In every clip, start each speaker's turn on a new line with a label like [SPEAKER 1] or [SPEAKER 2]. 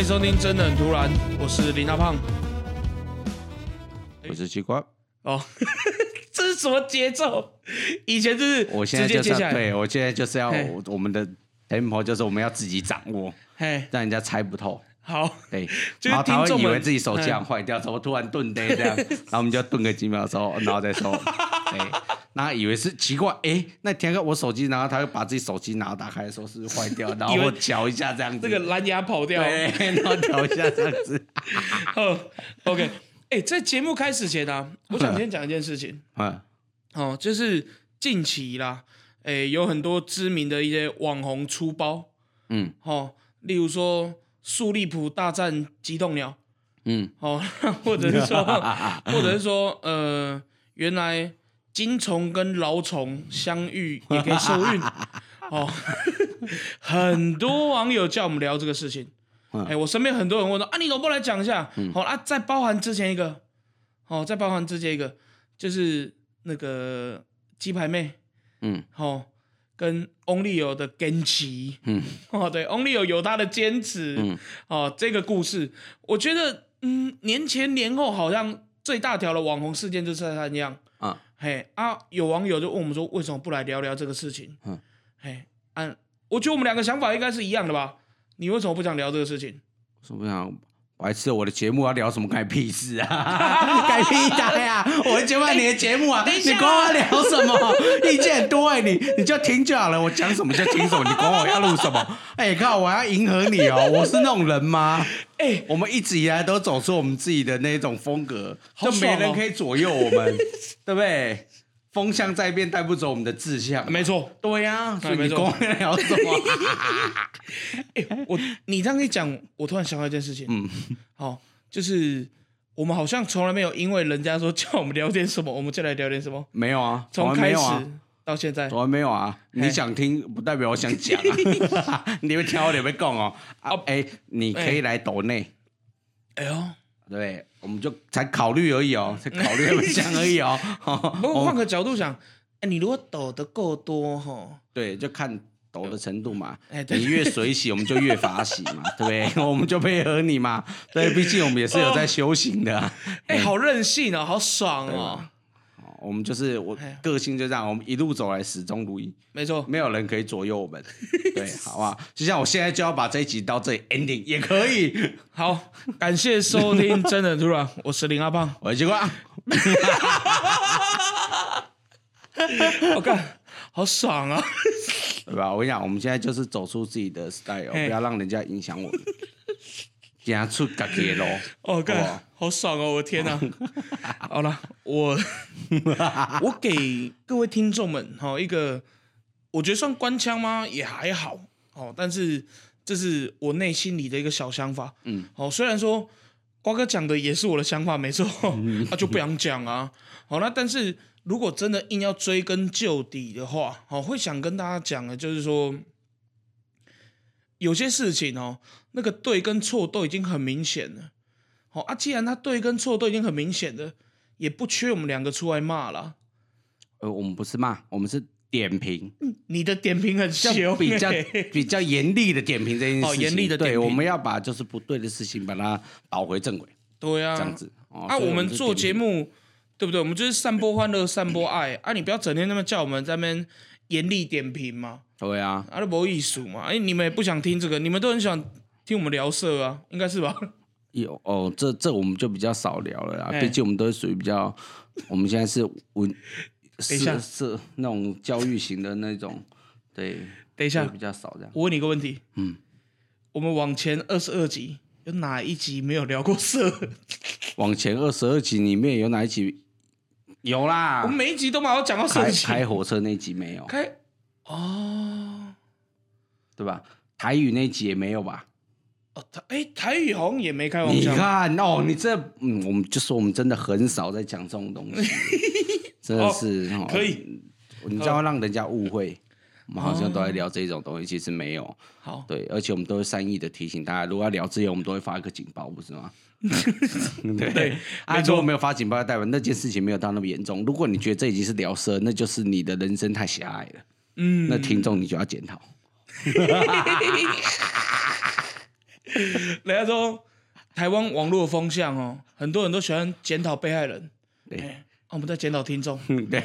[SPEAKER 1] 收听真的很突然，我是林大胖，
[SPEAKER 2] 我是奇怪
[SPEAKER 1] 哦，这是什么节奏？以前就是
[SPEAKER 2] 我现在就是
[SPEAKER 1] 直接接下来，
[SPEAKER 2] 对我现在就是要我们的 tempo 就是我们要自己掌握，让人家猜不透。
[SPEAKER 1] 好，
[SPEAKER 2] 对，
[SPEAKER 1] 就是
[SPEAKER 2] 然后他
[SPEAKER 1] 听众们
[SPEAKER 2] 会以为自己手机坏掉，怎么突然顿呆这样，然后我们就顿个几秒之后，然后再说，对，那以为是奇怪，那天个我手机，然后他会把自己手机打开的时候是不是坏掉，然后我调一下这样子，
[SPEAKER 1] 这个蓝牙跑掉，
[SPEAKER 2] 对，然后调一下这样子。
[SPEAKER 1] OK， 在节目开始前啊，我想先讲一件事情，就是近期啦，有很多知名的一些网红出包，例如说素利普大战激动鸟，或者是说，原来金虫跟老虫相遇也可以受孕，很多网友叫我们聊这个事情，我身边很多人问说，你怎么不来讲一下？再包含之前一个，就是那个鸡排妹，跟 Only 有的坚持，对 ，Only 有他的坚持，这个故事，我觉得，年前年后好像最大条的网红事件就是这样，有网友就问我们说，为什么不来聊聊这个事情？我觉得我们两个想法应该是一样的吧？你为什么不想聊这个事情？
[SPEAKER 2] 我不想。白痴！我的节目要聊什么干屁事啊？干屁呆啊！我的节目，你的节目啊！你管我聊什么？意见很多你就听就好了。我讲什么就听什么，你管我要录什么？靠！我要迎合你哦！我是那种人吗？我们一直以来都走出我们自己的那种风格，就没人可以左右我们，对不对？风向在变，带不走我们的志向。
[SPEAKER 1] 没错，
[SPEAKER 2] 对呀，所以你跟我聊什么？
[SPEAKER 1] 你这样一讲，我突然想到一件事情。就是我们好像从来没有因为人家说叫我们聊点什么，我们就来聊点什么。
[SPEAKER 2] 没有啊，
[SPEAKER 1] 从开始到现在，
[SPEAKER 2] 从来没有啊。你想听，不代表我想讲啊。你会挑，你会讲哦。你可以来抖内。对，我们就才考虑而已哦，才考虑想而已哦。
[SPEAKER 1] 不过换个角度想，你如果抖得够多
[SPEAKER 2] 对，就看抖的程度嘛。你越水洗，我们就越法洗嘛，对不对？我们就配合你嘛。对，毕竟我们也是有在修行的。
[SPEAKER 1] 好任性哦，好爽哦。
[SPEAKER 2] 我们就是我个性就这样，我们一路走来始终如一，
[SPEAKER 1] 没错，
[SPEAKER 2] 没有人可以左右我们，对，好不好？就像我现在就要把这一集到这里 ending 也可以。
[SPEAKER 1] 好，感谢收听，真的突然，我是林阿胖，
[SPEAKER 2] 我是金光，
[SPEAKER 1] 我干，好爽啊，
[SPEAKER 2] 对吧？我跟你讲，我们现在就是走出自己的 style， 不要让人家影响我们。行出自己的路，
[SPEAKER 1] 干，好爽哦！我的天哪！好了，我给各位听众们一个，我觉得算官腔吗？也还好但是这是我内心里的一个小想法。虽然说瓜哥讲的也是我的想法，没错，就不想讲啊。那但是如果真的硬要追根究底的话，会想跟大家讲的就是说，有些事情那个对跟错都已经很明显了。既然他对跟错都已经很明显了，也不缺我们两个出来骂了。
[SPEAKER 2] 我们不是骂，我们是点评。
[SPEAKER 1] 你的点评很凶，
[SPEAKER 2] 比较严厉的点评这件事情。
[SPEAKER 1] 严厉的点评，
[SPEAKER 2] 对，我们要把就是不对的事情把它导回正轨。
[SPEAKER 1] 对啊，
[SPEAKER 2] 这样子。
[SPEAKER 1] 我们做节目，对不对？我们就是散播欢乐，散播爱你不要整天那么叫我们在那边严厉点评嘛。
[SPEAKER 2] 对啊，
[SPEAKER 1] 都没意思嘛。你们也不想听这个，你们都很想听我们聊色啊，应该是吧？
[SPEAKER 2] 有这我们就比较少聊了啦，毕竟我们都是属于比较，我们现在是是那种教育型的那种，对。
[SPEAKER 1] 等一下，
[SPEAKER 2] 比较少这样。
[SPEAKER 1] 我问你一个问题，我们往前22集有哪一集没有聊过色？
[SPEAKER 2] 往前22集里面有哪一集？有啦，
[SPEAKER 1] 我们每一集都马上讲到色情。
[SPEAKER 2] 开火车那集没有？对吧？台语那集也没有吧？
[SPEAKER 1] 台语好像也没开玩笑。
[SPEAKER 2] 你看你这我们就说我们真的很少在讲这种东西，真的是
[SPEAKER 1] 可以，
[SPEAKER 2] 你这样会让人家误会，我们好像都在聊这种东西，其实没有。
[SPEAKER 1] 好，
[SPEAKER 2] 对，而且我们都会善意的提醒大家，如果要聊之前，我们都会发一个警报，不是吗？对，如果没有发警报，代表那件事情没有到那么严重。如果你觉得这已经是聊色，那就是你的人生太狭隘了。那听众你就要检讨。
[SPEAKER 1] 人家说台湾网络风向哦，很多人都喜欢检讨被害人，我们在检讨听众。
[SPEAKER 2] 对，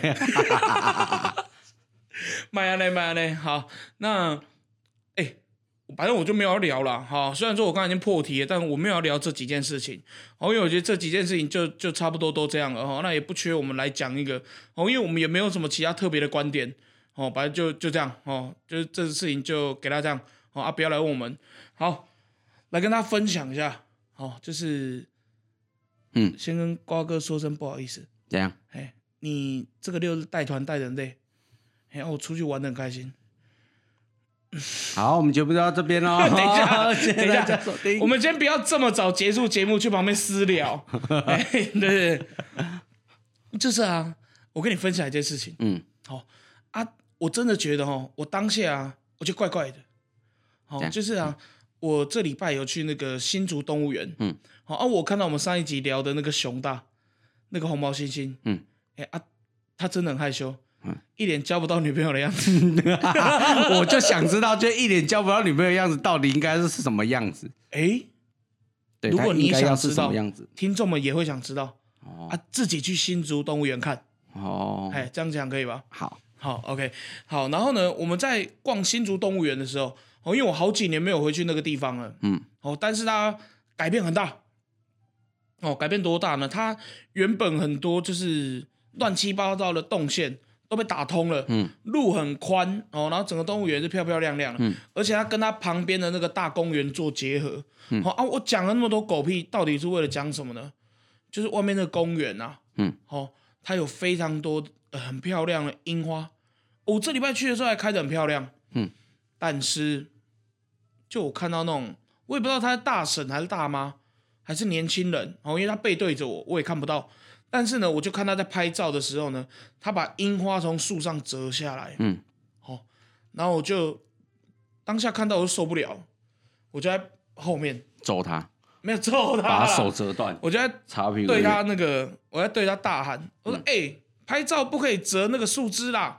[SPEAKER 1] 买安嘞，好，那反正我就没有要聊了哈。虽然说我刚才已经破题了，但我没有要聊这几件事情因为我觉得这几件事情就差不多都这样了那也不缺我们来讲一个因为我们也没有什么其他特别的观点反正就这样就是这事情就给他这样不要来问我们。好，来跟大家分享一下就是先跟瓜哥说声不好意思。
[SPEAKER 2] 怎样？
[SPEAKER 1] 你这个6日带团带得很累，我出去玩得很开心。
[SPEAKER 2] 好，我们节目就到这边喽。
[SPEAKER 1] 等一下，我们先不要这么早结束节目，去旁边私聊。对，就是我跟你分享一件事情。我真的觉得我当下我觉得怪怪的。就是我这礼拜有去那个新竹动物园。我看到我们上一集聊的那个熊大，那个红毛猩猩。他真的很害羞。一脸交不到女朋友的样子。
[SPEAKER 2] 我就想知道，就一脸交不到女朋友的样子，到底应该是什么样子？
[SPEAKER 1] 对，如果你想知道，听众们也会想知道。自己去新竹动物园看。这样讲可以吧？好 ，OK， 好。然后呢，我们在逛新竹动物园的时候，因为我好几年没有回去那个地方了。但是它改变很大。改变多大呢？它原本很多就是乱七八糟的动线都被打通了，路很宽然后整个动物园是漂漂亮亮的，而且它跟它旁边的那个大公园做结合。我讲了那么多狗屁，到底是为了讲什么呢？就是外面的公园它有非常多很漂亮的樱花。我这礼拜去的时候还开得很漂亮，但是就我看到那种，我也不知道他是大婶还是大妈还是年轻人因为他背对着我，我也看不到。但是呢，我就看他在拍照的时候呢，他把樱花从树上折下来，然后我就当下看到我就受不了，我就在后面
[SPEAKER 2] 揍他，
[SPEAKER 1] 没有揍他，
[SPEAKER 2] 把他手折断，
[SPEAKER 1] 我就在对他那个，我在对他大喊，我说：“拍照不可以折那个树枝啦！”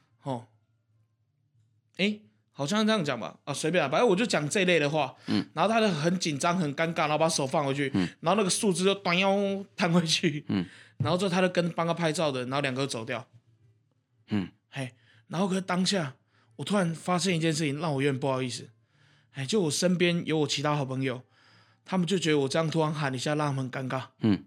[SPEAKER 1] 好像这样讲吧，随便反正我就讲这一类的话。然后他就很紧张、很尴尬，然后把手放回去，然后那个树枝就端腰弹回去。然后之后他就跟帮他拍照的，然后2个走掉。然后可是当下我突然发现一件事情，让我有点不好意思。就我身边有我其他好朋友，他们就觉得我这样突然喊一下，让他们很尴尬。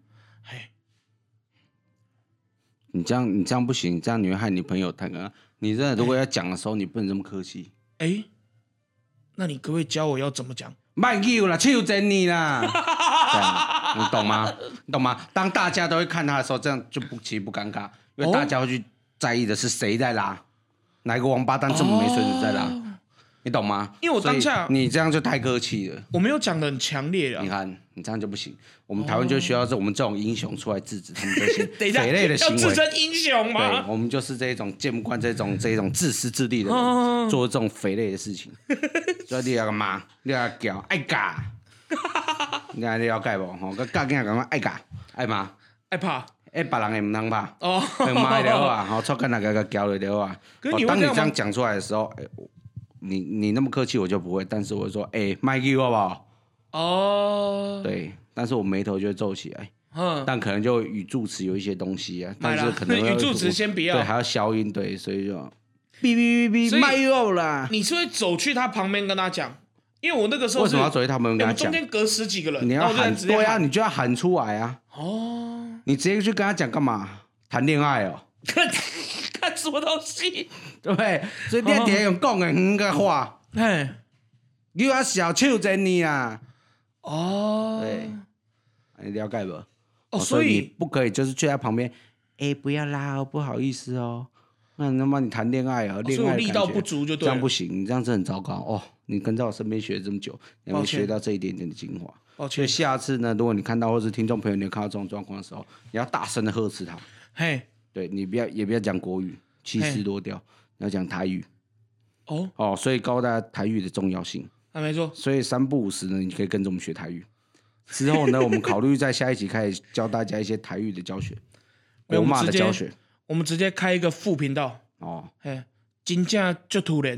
[SPEAKER 2] 你这样不行，这样你会害你朋友太尴尬。你真的如果要讲的时候，你不能这么客气。
[SPEAKER 1] 那你可不可以教我要怎么讲？
[SPEAKER 2] 慢叫啦，手整你啦，这样你懂吗？你懂吗？当大家都会看他的时候，这样就其实不尴尬，因为大家会去在意的是谁在拉，哪一个王八蛋这么没水准在拉，你懂吗？
[SPEAKER 1] 因为我当下
[SPEAKER 2] 你这样就太客气了，
[SPEAKER 1] 我没有讲的很强烈啊。
[SPEAKER 2] 你看你这样就不行，我们台湾就需要我们这种英雄出来制止他们这些匪类的行为。
[SPEAKER 1] 要自称英雄吗？
[SPEAKER 2] 对，我们就是这种见不惯这种自私自利的人，做这种匪类的事情。所以你要干嘛？你要叫爱教，你了解无？吼，个教囝讲爱教爱骂
[SPEAKER 1] 爱怕。
[SPEAKER 2] 别人的唔通骂，骂就好啊，好，错干那个教就好啊。当你这样讲出来的时候，你那么客气我就不会，但是我会说，卖给好不好？对，但是我眉头就会皱起来，但可能就语助词有一些东西啊，但是可能
[SPEAKER 1] 语助词先不要，
[SPEAKER 2] 对，还要消音，对，所以就哔哔哔哔，卖肉啦。
[SPEAKER 1] 你是会走去他旁边跟他讲，因为我那个时候
[SPEAKER 2] 为什么要走去他旁边跟他讲？
[SPEAKER 1] 中间隔10几个人，
[SPEAKER 2] 你要喊，对啊，你就要喊出来啊。你直接去跟他讲干嘛？谈恋爱哦？
[SPEAKER 1] 看什么东西？
[SPEAKER 2] 对不对？所以你一定要用讲的个话。你要小手整你啊。对，你了解不？所以你不可以就是去在旁边，不要拉哦，不好意思哦。那他妈你谈恋爱哦，恋爱
[SPEAKER 1] 力道不足就对了，
[SPEAKER 2] 这样不行，你这样真的很糟糕哦。你跟在我身边学了这么久，你没学到这一点点的精华。所以下次呢，如果你看到或是听众朋友你有看到这种状况的时候，你要大声的呵斥他。对你也不要讲国语，气势落掉，你要讲台语。所以告诉大家台语的重要性。
[SPEAKER 1] 没错。
[SPEAKER 2] 所以3不5时呢，你可以跟着我们学台语。之后呢，我们考虑在下一集开始教大家一些台语的教学，国骂的教学。
[SPEAKER 1] 我们直接开一个副频道。真正就突然。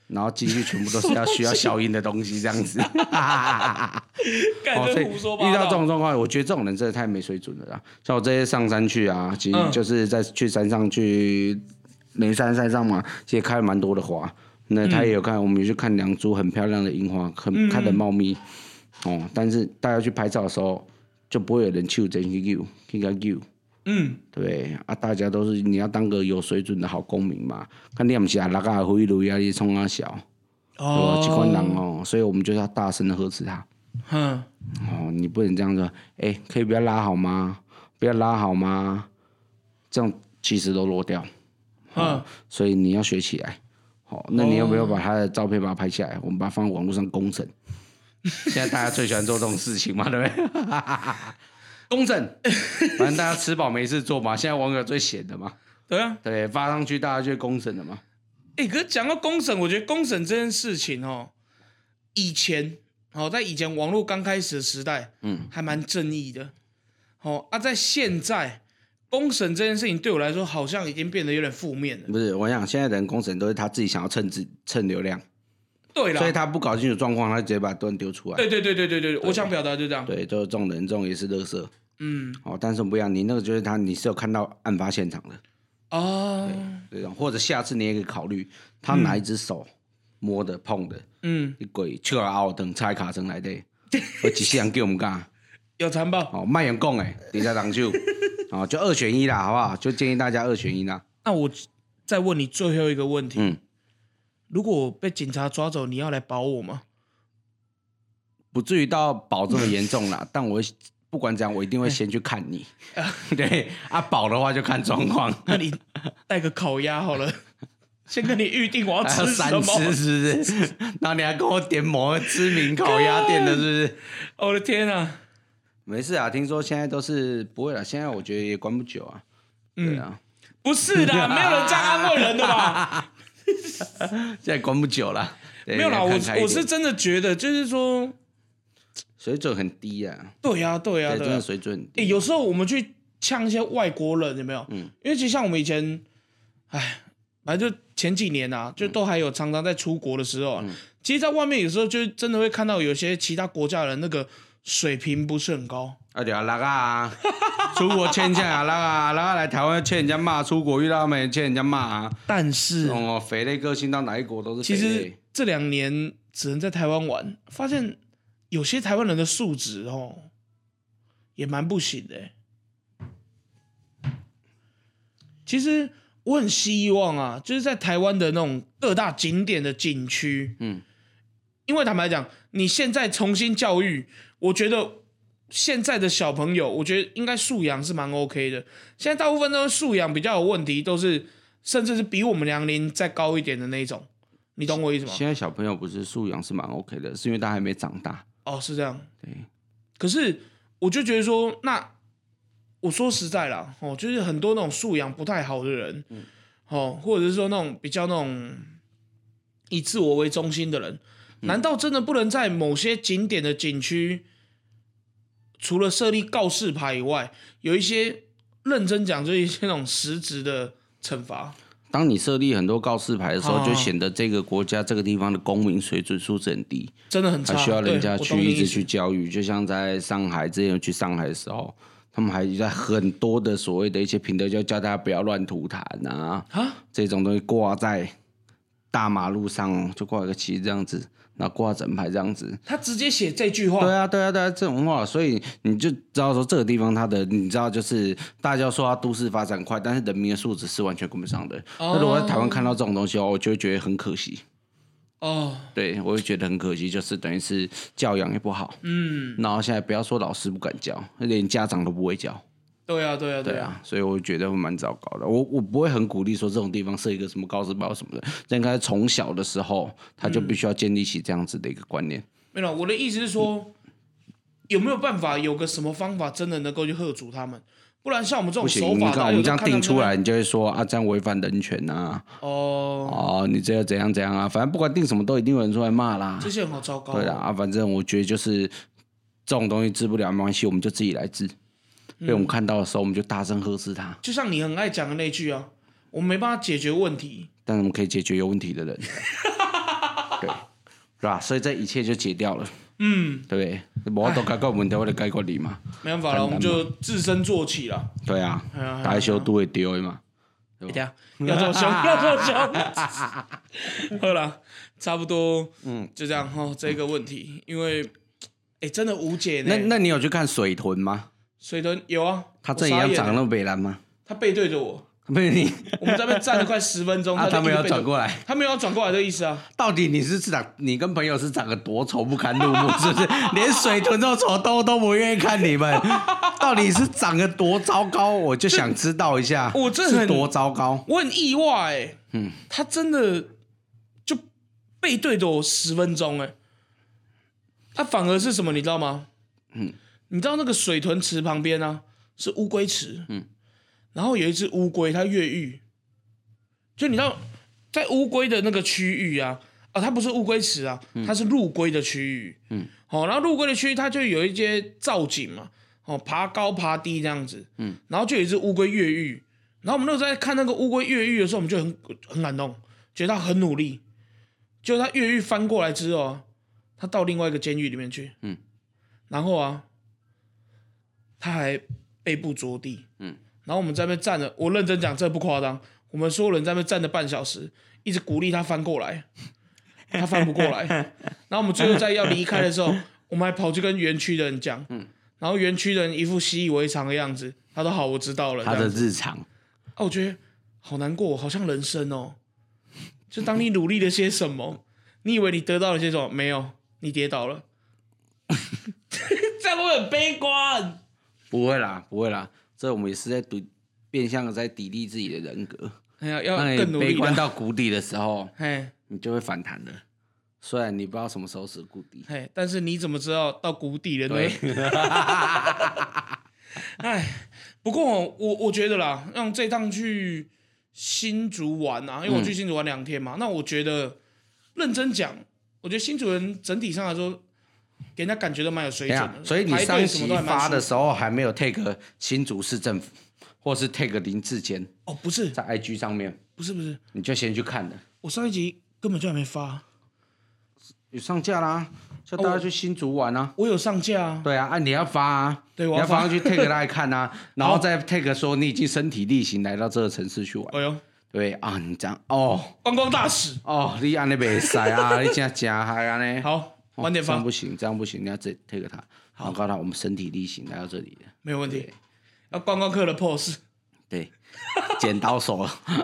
[SPEAKER 2] 然后进去全部都是需要消音的东西，这样子。
[SPEAKER 1] 干这胡说八道。
[SPEAKER 2] 遇到这种状况，我觉得这种人真的太没水准了啦。像我这些上山去啊，其实就是在去山上去眉山山上嘛，其实开了蛮多的花。那他也有看，我们也去看2株很漂亮的樱花，开得茂密。但是大家去拍照的时候，就不会有人去真去救。对啊，大家都是你要当个有水准的好公民嘛。看你不是啊，那个回路压力冲啊小，这款人所以我们就要大声的呵斥他。你不能这样说，可以不要拉好吗？不要拉好吗？这样其实都落掉。所以你要学起来。那你要不要把他的照片把它拍下来？我们把它放在网络上公审。现在大家最喜欢做这种事情嘛，对不对？公审，反正大家吃饱没事做嘛。现在网友最闲的嘛，
[SPEAKER 1] 对啊，
[SPEAKER 2] 对，发上去大家就会公审了嘛。
[SPEAKER 1] 可是讲到公审，我觉得公审这件事情以前在以前网络刚开始的时代，还蛮正义的。在现在公审这件事情对我来说，好像已经变得有点负面了。
[SPEAKER 2] 不是，我想现在的人公审都是他自己想要蹭流量。
[SPEAKER 1] 对啦，
[SPEAKER 2] 所以他不搞清楚状况，他直接把段丢出来。
[SPEAKER 1] 对，我想表达就这样。
[SPEAKER 2] 对，就是这种人，这种也是垃圾。但是不一样，你那个就是你是有看到案发现场的。对，或者下次你也可以考虑，他哪一只手摸的碰的，你鬼去熬等拆卡层来的，我一世人叫我们干。
[SPEAKER 1] 有残暴。
[SPEAKER 2] 卖人讲诶，底下挡手。就2选1啦，好不好？就建议大家2选1啦。
[SPEAKER 1] 那我再问你最后一个问题。如果被警察抓走，你要来保我吗？
[SPEAKER 2] 不至于到保这么严重啦，但我不管怎样，我一定会先去看你。对保的话就看状况。
[SPEAKER 1] 那你带个烤鸭好了，先跟你预定我要吃什么，
[SPEAKER 2] 是不是？然后你还跟我点某个知名烤鸭店的，是不是？
[SPEAKER 1] 我的天啊！
[SPEAKER 2] 没事啊，听说现在都是不会了，现在我觉得也关不久啊。对啊，
[SPEAKER 1] 不是的，没有人这样安慰人的吧？
[SPEAKER 2] 现在关不久了，
[SPEAKER 1] 没有啦，我是真的觉得，就是说
[SPEAKER 2] 水准很低啊。
[SPEAKER 1] 对啊，
[SPEAKER 2] 真的水准很低。
[SPEAKER 1] 有时候我们去呛一些外国人，有没有？因为其实像我们以前，反正就前几年啊，就都还有常常在出国的时候其实在外面有时候就真的会看到有些其他国家的人那个水平不是很高。
[SPEAKER 2] 对啊，那个啊，出国欠钱啊，那个来台湾欠人家骂，出国遇到他们欠人家骂啊。
[SPEAKER 1] 但是
[SPEAKER 2] 匪类个性到哪一国都是
[SPEAKER 1] 其实这2年只能在台湾玩，发现有些台湾人的素质也蛮不行的。其实我很希望啊，就是在台湾的那种各大景点的景区，因为坦白讲，你现在重新教育，我觉得现在的小朋友，我觉得应该素养是蛮 OK 的。现在大部分都是素养比较有问题，都是甚至是比我们年龄再高一点的那种，你懂我意思吗？
[SPEAKER 2] 现在小朋友不是素养是蛮 OK 的，是因为他还没长大。
[SPEAKER 1] 是这样。
[SPEAKER 2] 对。
[SPEAKER 1] 可是我就觉得说，那我说实在啦，就是很多那种素养不太好的人，或者是说那种比较那种以自我为中心的人，难道真的不能在某些景点的景区？除了设立告示牌以外，有一些认真讲，就是一些那种实质的惩罚。
[SPEAKER 2] 当你设立很多告示牌的时候，就显得这个国家、这个地方的公民水准素质很低，
[SPEAKER 1] 真的很差，
[SPEAKER 2] 还需要人家去一直去教育。就像在上海之前有去上海的时候，他们还在很多的所谓的一些评论，就叫大家不要乱吐痰啊，这种东西挂在大马路上，就挂一个旗这样子。然后挂整排这样子，
[SPEAKER 1] 他直接写这句话。对
[SPEAKER 2] 啊，这种话，所以你就知道说这个地方它的，你知道就是大家说它都市发展快，但是人民的素质是完全跟不上的。那如果在台湾看到这种东西我就会觉得很可惜。对，我会觉得很可惜，就是等于是教养也不好。然后现在不要说老师不敢教，连家长都不会教。对啊，所以我觉得会蛮糟糕的。我不会很鼓励说这种地方设一个什么告示牌什么的，这应该从小的时候他就必须要建立起这样子的一个观念。
[SPEAKER 1] 没有，我的意思是说，有没有办法有个什么方法真的能够去嚇阻他们？不然像我们这种手法，
[SPEAKER 2] 你看我们这样定出来，你就会说这样违反人权啊。你这个怎样啊？反正不管定什么，都一定有人出来骂啦。
[SPEAKER 1] 这些很好糟糕。
[SPEAKER 2] 对啦，反正我觉得就是这种东西治不了没关系，我们就自己来治。被我们看到的时候，我们就大声呵斥他。
[SPEAKER 1] 就像你很爱讲的那句啊，我们没办法解决问题，
[SPEAKER 2] 但我们可以解决有问题的人。 对，是吧？所以这一切就解掉了。对，我都解决问题，我就解决你嘛。
[SPEAKER 1] 没办法了，我们就自身做起了。
[SPEAKER 2] 对啊，大家修都会丢的嘛。
[SPEAKER 1] 等下要这么凶，要这么凶。好了，差不多，就这样哈。这个问题，因为真的无解呢。
[SPEAKER 2] 那你有去看水豚吗？
[SPEAKER 1] 水豚有啊，
[SPEAKER 2] 他这一样长得那么北蓝吗？
[SPEAKER 1] 他背对着我。
[SPEAKER 2] 不是你，
[SPEAKER 1] 我们在那边站了快10分钟，
[SPEAKER 2] 他没有转过来，
[SPEAKER 1] 他没有要转过来的意思啊。
[SPEAKER 2] 到底你跟朋友是长得多丑不堪入目，是不是？连水豚这种丑都不愿意看你们，到底是长得多糟糕？我就想知道一下，
[SPEAKER 1] 我真的
[SPEAKER 2] 是多糟糕？
[SPEAKER 1] 我很意外他真的就背对着我10分钟他反而是什么你知道吗？你知道那个水豚池旁边啊是乌龟池，然后有一只乌龟它越狱，就你知道在乌龟的那个区域啊，它不是乌龟池啊，它是陆龟的区域，然后陆龟的区域它就有一些造景嘛，爬高爬低这样子，然后就有一只乌龟越狱，然后我们那时候在看那个乌龟越狱的时候，我们就很感动，觉得它很努力，就它越狱翻过来之后，它到另外一个监狱里面去，然后啊，它还背部着地，然后我们在那边站了，我认真讲，这不夸张，我们所有人在那边站了半小时，一直鼓励他翻过来，他翻不过来。然后我们最后在要离开的时候，我们还跑去跟园区的人讲，然后园区的人一副习以为常的样子，他说好，我知道了。
[SPEAKER 2] 他的日常。
[SPEAKER 1] 我觉得好难过，好像人生哦，就当你努力了些什么，你以为你得到了些什么，没有，你跌倒了，这样会很悲观。
[SPEAKER 2] 不会啦，不会啦。这我们也是在变相的在砥砺自己的人格。
[SPEAKER 1] 要更努力。
[SPEAKER 2] 悲观到谷底的时候，你就会反弹的。虽然你不知道什么时候是谷底，
[SPEAKER 1] 但是你怎么知道到谷底了呢？不过我觉得啦，让这趟去新竹玩啊，因为我去新竹玩2天嘛，那我觉得认真讲，我觉得新竹人整体上来说，给人家感觉都蛮有水准的。
[SPEAKER 2] 所以你上集发的时候还没有 take 新竹市政府，或是 take 林志坚
[SPEAKER 1] 不是
[SPEAKER 2] 在 IG 上面，
[SPEAKER 1] 不是，
[SPEAKER 2] 你就先去看了。
[SPEAKER 1] 我上一集根本就还没发，
[SPEAKER 2] 有上架啦，叫大家去新竹玩啊。
[SPEAKER 1] 我有上架啊。
[SPEAKER 2] 对啊，你要发啊，
[SPEAKER 1] 对，
[SPEAKER 2] 你要发上去 take 大家看啊，然后再 take 说你已经身体力行来到这个城市去玩。
[SPEAKER 1] 哎呦，
[SPEAKER 2] 对啊，你这样
[SPEAKER 1] 观光大使
[SPEAKER 2] 你安尼袂使啊，你真害安尼。
[SPEAKER 1] 好，晚点发。
[SPEAKER 2] 这样不行，你要再 take 他，然后告诉他我们身体力行来到这里的，
[SPEAKER 1] 没有问题。要观光客的 pose。
[SPEAKER 2] 对，剪刀手。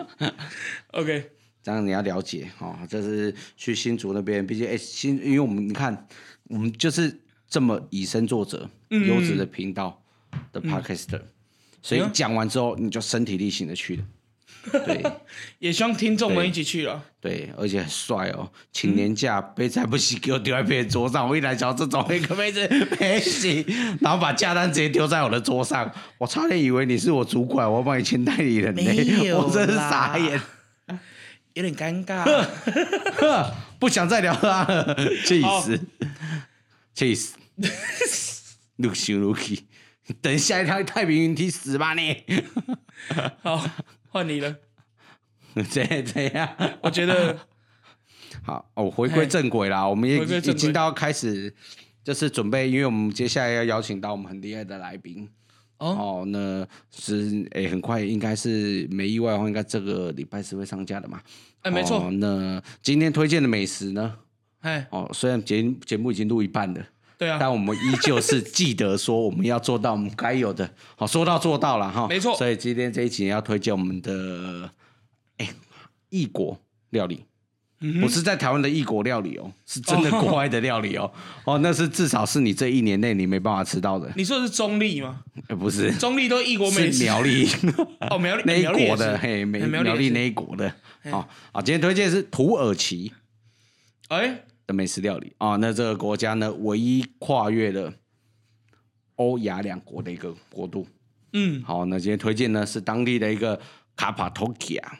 [SPEAKER 1] OK。
[SPEAKER 2] 这样你要了解这是去新竹那边，毕竟因为你看，我们就是这么以身作则、优质的频道的 podcaster，所以讲完之后你就身体力行的去了。对，
[SPEAKER 1] 也希望听众们一起去了。
[SPEAKER 2] 对，而且很帅哦，请年假杯菜不洗给我丢在别人桌上，我一来瞧这种一个杯子没洗，然后把假单直接丢在我的桌上，我差点以为你是我主管，我要帮你签代理人呢，我真是傻眼。
[SPEAKER 1] 有点尴尬，
[SPEAKER 2] 不想再聊了，气死，气死，越想越气，等下一条太平云梯死吧你！
[SPEAKER 1] 好，换你了，
[SPEAKER 2] 怎样？
[SPEAKER 1] 我觉得
[SPEAKER 2] 好，回归正轨啦，我们也已经到开始，就是准备，因为我们接下来要邀请到我们很厉害的来宾。那是很快，应该是没意外的话，应该这个礼拜是会上架的嘛？
[SPEAKER 1] 没错。
[SPEAKER 2] 那今天推荐的美食呢？虽然节目已经录一半了，
[SPEAKER 1] 对啊，
[SPEAKER 2] 但我们依旧是记得说我们要做到我们该有的，说到做到了哈。
[SPEAKER 1] 没错。
[SPEAKER 2] 所以今天这一集要推荐我们的异国料理。不是在台湾的异国料理是真的国外的料理那是至少是你这1年内你没办法吃到的。
[SPEAKER 1] 你说的是中立吗？
[SPEAKER 2] 不是，
[SPEAKER 1] 中立都异国美食，
[SPEAKER 2] 是苗栗
[SPEAKER 1] 苗栗
[SPEAKER 2] 那一国的，苗栗那一国的。今天推荐是土耳其的美食料理那这个国家呢，唯一跨越了欧亚2国的一个国度。好，那今天推荐呢是当地的一个卡帕托基亚。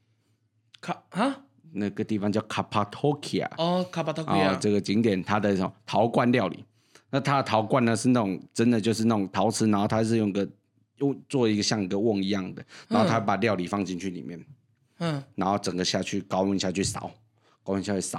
[SPEAKER 2] 那个地方叫卡帕托基亚
[SPEAKER 1] 卡帕托基亚
[SPEAKER 2] 这个景点它的陶罐料理，那它的陶罐呢是那种真的就是那种陶瓷，然后它是用做一个像一个瓮一样的，然后它把料理放进去里面，然后整个下去高温下去烧，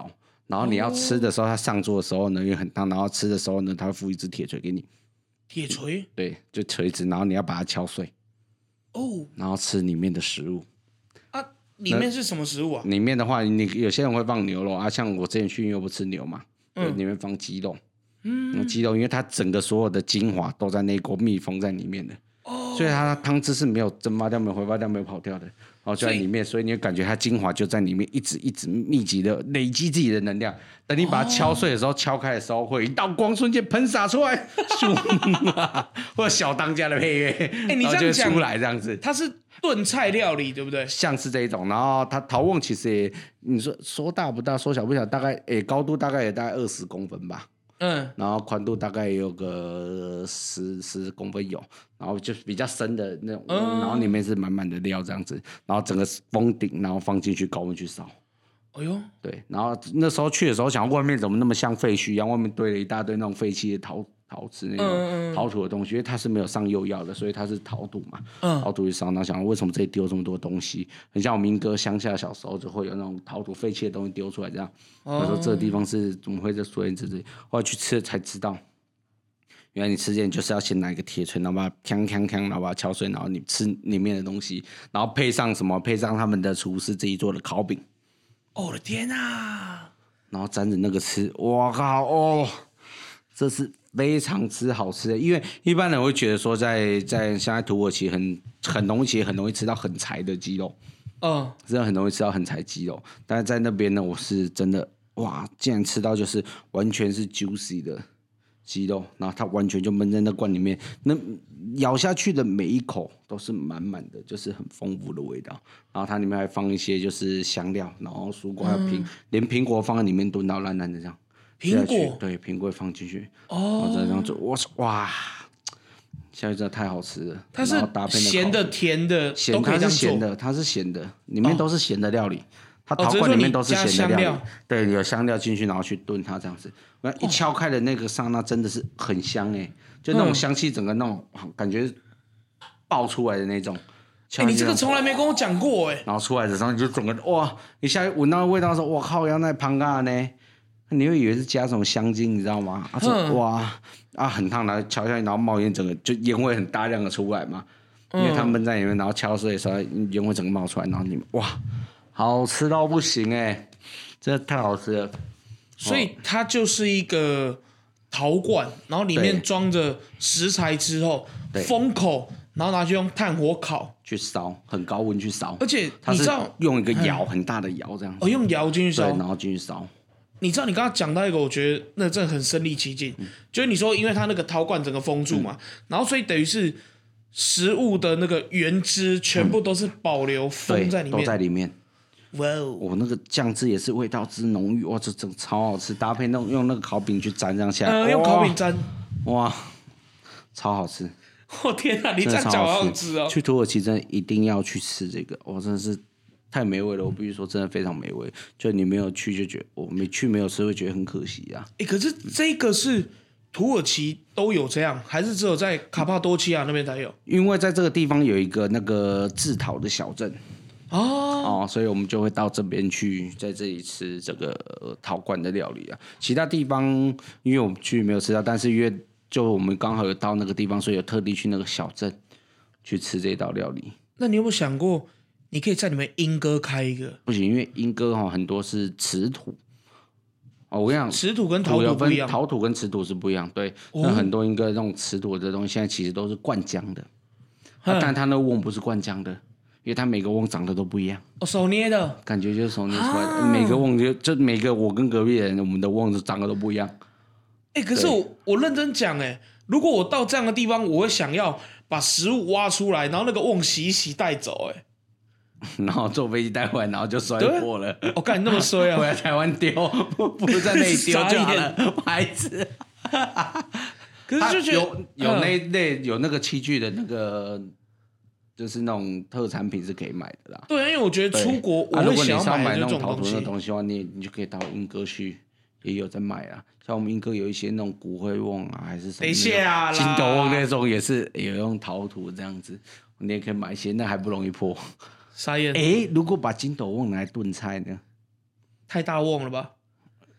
[SPEAKER 2] 然后你要吃的时候，它上桌的时候呢，因为很烫，然后吃的时候呢，它会附一只铁锤给你。
[SPEAKER 1] 铁锤？
[SPEAKER 2] 对，就锤子，然后你要把它敲碎。
[SPEAKER 1] 哦。
[SPEAKER 2] 然后吃里面的食物。
[SPEAKER 1] 啊，里面是什么食物啊？
[SPEAKER 2] 里面的话，你有些人会放牛肉啊，像我之前去又不吃牛嘛，里面放鸡肉。鸡肉因为它整个所有的精华都在那一锅密封在里面的。所以它汤汁是没有蒸发掉、没有挥发掉、没有跑掉的，然后就在里面，所以你会感觉它精华就在里面，一直密集的累积自己的能量。等你把它敲碎的时候、敲开的时候，会一道光瞬间喷洒出来，或者小当家的配乐，
[SPEAKER 1] 你这样讲
[SPEAKER 2] 出来这样子，
[SPEAKER 1] 它是炖菜料理对不对？
[SPEAKER 2] 像是这一种，然后它陶瓮其实也，你说大不大，说小不小，大概高度大概也大概20公分吧。然后宽度大概也有个10公分有，然后就是比较深的那种，然后里面是满满的料这样子，然后整个封顶，然后放进去高温去烧。
[SPEAKER 1] 哎呦，
[SPEAKER 2] 对，然后那时候去的时候，想外面怎么那么像废墟一样，外面堆了一大堆那种废弃的陶瓷那种陶土的东西，因为它是没有上釉药的，所以它是陶土嘛，陶土去烧。然后想为什么这里丢这么多东西？很像我民歌乡下小时候就会有那种陶土废弃的东西丢出来这样。他说这个地方是怎么会在苏联这里？后来去吃了才知道，原来你吃之前就是要先拿一个铁锤，然后把它锵锵锵，然后把它敲碎，然后你吃里面的东西，然后配上什么？配上他们的厨师自己做的烤饼。
[SPEAKER 1] 我的天啊！
[SPEAKER 2] 然后沾着那个吃，哇靠哦，这是非常好吃的。因为一般人会觉得说在现在土耳其很容易吃到很柴的鸡肉，真的很容易吃到很柴鸡肉。但是在那边呢，我是真的哇，竟然吃到就是完全是 juicy 的鸡肉，然后它完全就闷在那罐里面，那咬下去的每一口都是满满的，就是很丰富的味道。然后它里面还放一些就是香料，然后蔬果还有连苹果放在里面炖到烂烂的这样。
[SPEAKER 1] 苹果？
[SPEAKER 2] 对，苹果放进去，然后再这样做，哇，下去真的太好吃了。
[SPEAKER 1] 它是咸的、甜的，都可以这样做。
[SPEAKER 2] 它是咸的，里面都是咸的料理。它陶罐里面都是咸的料理，对，有香料进去，然后去炖它这样子。一敲开的那个刹那，真的是很香就那种香气，整个那种感觉爆出来的那种。
[SPEAKER 1] 你这个从来没跟我讲过
[SPEAKER 2] 然后出来的时候，你就整个哇，你下闻到味道的时候，哇靠，要那胖嘎呢，你会以为是加什么香精，你知道吗？哇很烫，然后敲下去，然后冒烟，整个就烟味很大量的出来嘛，因为它闷在里面，然后敲碎的时候，烟味整个冒出来，然后你哇。好吃到不行真的太好吃了。
[SPEAKER 1] 所以它就是一个陶罐，然后里面装着食材之后封口，然后拿去用炭火烤
[SPEAKER 2] 去烧，很高温去烧。
[SPEAKER 1] 而且你知道
[SPEAKER 2] 用一个窑很大的窑这样子，
[SPEAKER 1] 用窑进去烧，
[SPEAKER 2] 对，然后进去烧。
[SPEAKER 1] 你知道你刚刚讲到一个，我觉得那真的很身临其境，就是你说因为它那个陶罐整个封住嘛，然后所以等于是食物的那个原汁全部都是保留封在里面，
[SPEAKER 2] 都在里面。
[SPEAKER 1] 哇哦！
[SPEAKER 2] 我那个酱汁也是味道之浓郁，哇，这真的超好吃，搭配用那个烤饼去沾这样下来，
[SPEAKER 1] 用烤饼沾，
[SPEAKER 2] 哇，超好吃！
[SPEAKER 1] 我天哪，你这样讲好想吃哦！
[SPEAKER 2] 去土耳其真的一定要去吃这个，真的是太美味了，我必须说真的非常美味。就你没有去就觉得我没去没有吃会觉得很可惜啊。
[SPEAKER 1] 可是这个是土耳其都有这样，还是只有在卡帕多奇亚那边才有？
[SPEAKER 2] 因为在这个地方有一个那个制陶的小镇。所以我们就会到这边去，在这里吃这个陶罐的料理啊。其他地方因为我们去没有吃到，但是因为就我们刚好有到那个地方，所以有特地去那个小镇去吃这道料理。
[SPEAKER 1] 那你有没有想过，你可以在你们莺歌开一个？
[SPEAKER 2] 不行，因为莺歌很多是瓷土。我跟你讲，
[SPEAKER 1] 瓷土跟陶土不一样，
[SPEAKER 2] 陶土跟瓷土是不一样。对，那很多莺歌那种瓷土的东西，现在其实都是灌浆的，但它那瓮不是灌浆的。因为它每个瓮长得都不一样，
[SPEAKER 1] 手捏的
[SPEAKER 2] 感觉就是手捏出来的。每个瓮就每个我跟隔壁人，我们的瓮长得都不一样。
[SPEAKER 1] 可是我认真讲如果我到这样的地方，我会想要把食物挖出来，然后那个瓮洗一洗带走
[SPEAKER 2] 然后坐飞机带回来，然后就摔破了。
[SPEAKER 1] 我干，你那么衰啊！
[SPEAKER 2] 回来台湾丢，不如在那里丢就好了，孩子。
[SPEAKER 1] 可是就觉
[SPEAKER 2] 得有那个器具的那个。就是那种特产品是可以买的啦。
[SPEAKER 1] 对，因为我觉得出国我会想要买
[SPEAKER 2] 那种陶土的东西的话，你就可以到莺歌去，也有在卖啊。像我们莺歌有一些那种骨灰瓮啊，还是什么金斗瓮那种，也是有用陶土这样子，你也可以买一些，那还不容易破。
[SPEAKER 1] 傻眼。
[SPEAKER 2] 如果把金斗瓮拿来炖菜呢？
[SPEAKER 1] 太大瓮了吧？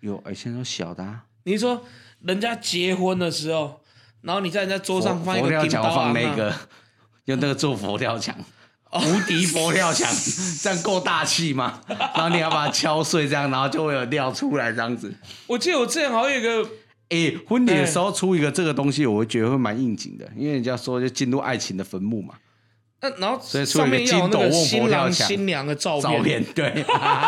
[SPEAKER 2] 有现在都小的啊。
[SPEAKER 1] 你是说人家结婚的时候，然后你在人家桌上放一个
[SPEAKER 2] 佛跳墙，
[SPEAKER 1] 金刀
[SPEAKER 2] 放那个，用那个做佛跳墙，无敌佛跳墙，这样够大气吗？然后你要把它敲碎，这样，然后就会有料出来，这样子。
[SPEAKER 1] 我记得我之前好像有一个，
[SPEAKER 2] 婚礼的时候出一个这个东西，我会觉得会蛮应景的，因为人家说就进入爱情的坟墓嘛。
[SPEAKER 1] 然后
[SPEAKER 2] 所以
[SPEAKER 1] 上面要有那个新郎
[SPEAKER 2] 新
[SPEAKER 1] 新娘的照
[SPEAKER 2] 片，对。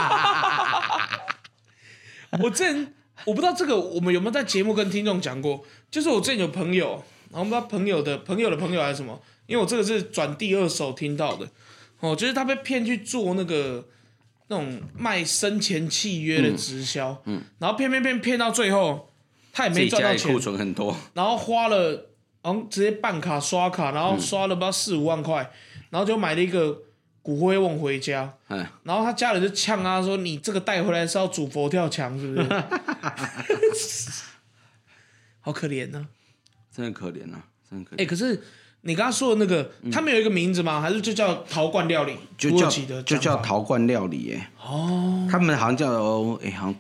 [SPEAKER 1] 我不知道这个我们有没有在节目跟听众讲过，就是我之前有朋友，然后不知道朋友的朋友的朋友还是什么，因为我这个是转第二手听到的，就是他被骗去做那种卖生前契约的直销，然后骗到最后，他也没赚到钱，
[SPEAKER 2] 库存很多，
[SPEAKER 1] 然后花了，然后直接办卡刷卡，然后刷了不知道4-5万块，然后就买了一个骨灰瓮回家，然后他家人就呛他说：“你这个带回来是要煮佛跳墙是不是？”好可怜呢、
[SPEAKER 2] 真的可怜啊，真的可怜。
[SPEAKER 1] 可是你刚刚说的那个，他们有一个名字吗？还是就叫陶罐料理？
[SPEAKER 2] 就叫陶罐料理耶。他们好像叫好像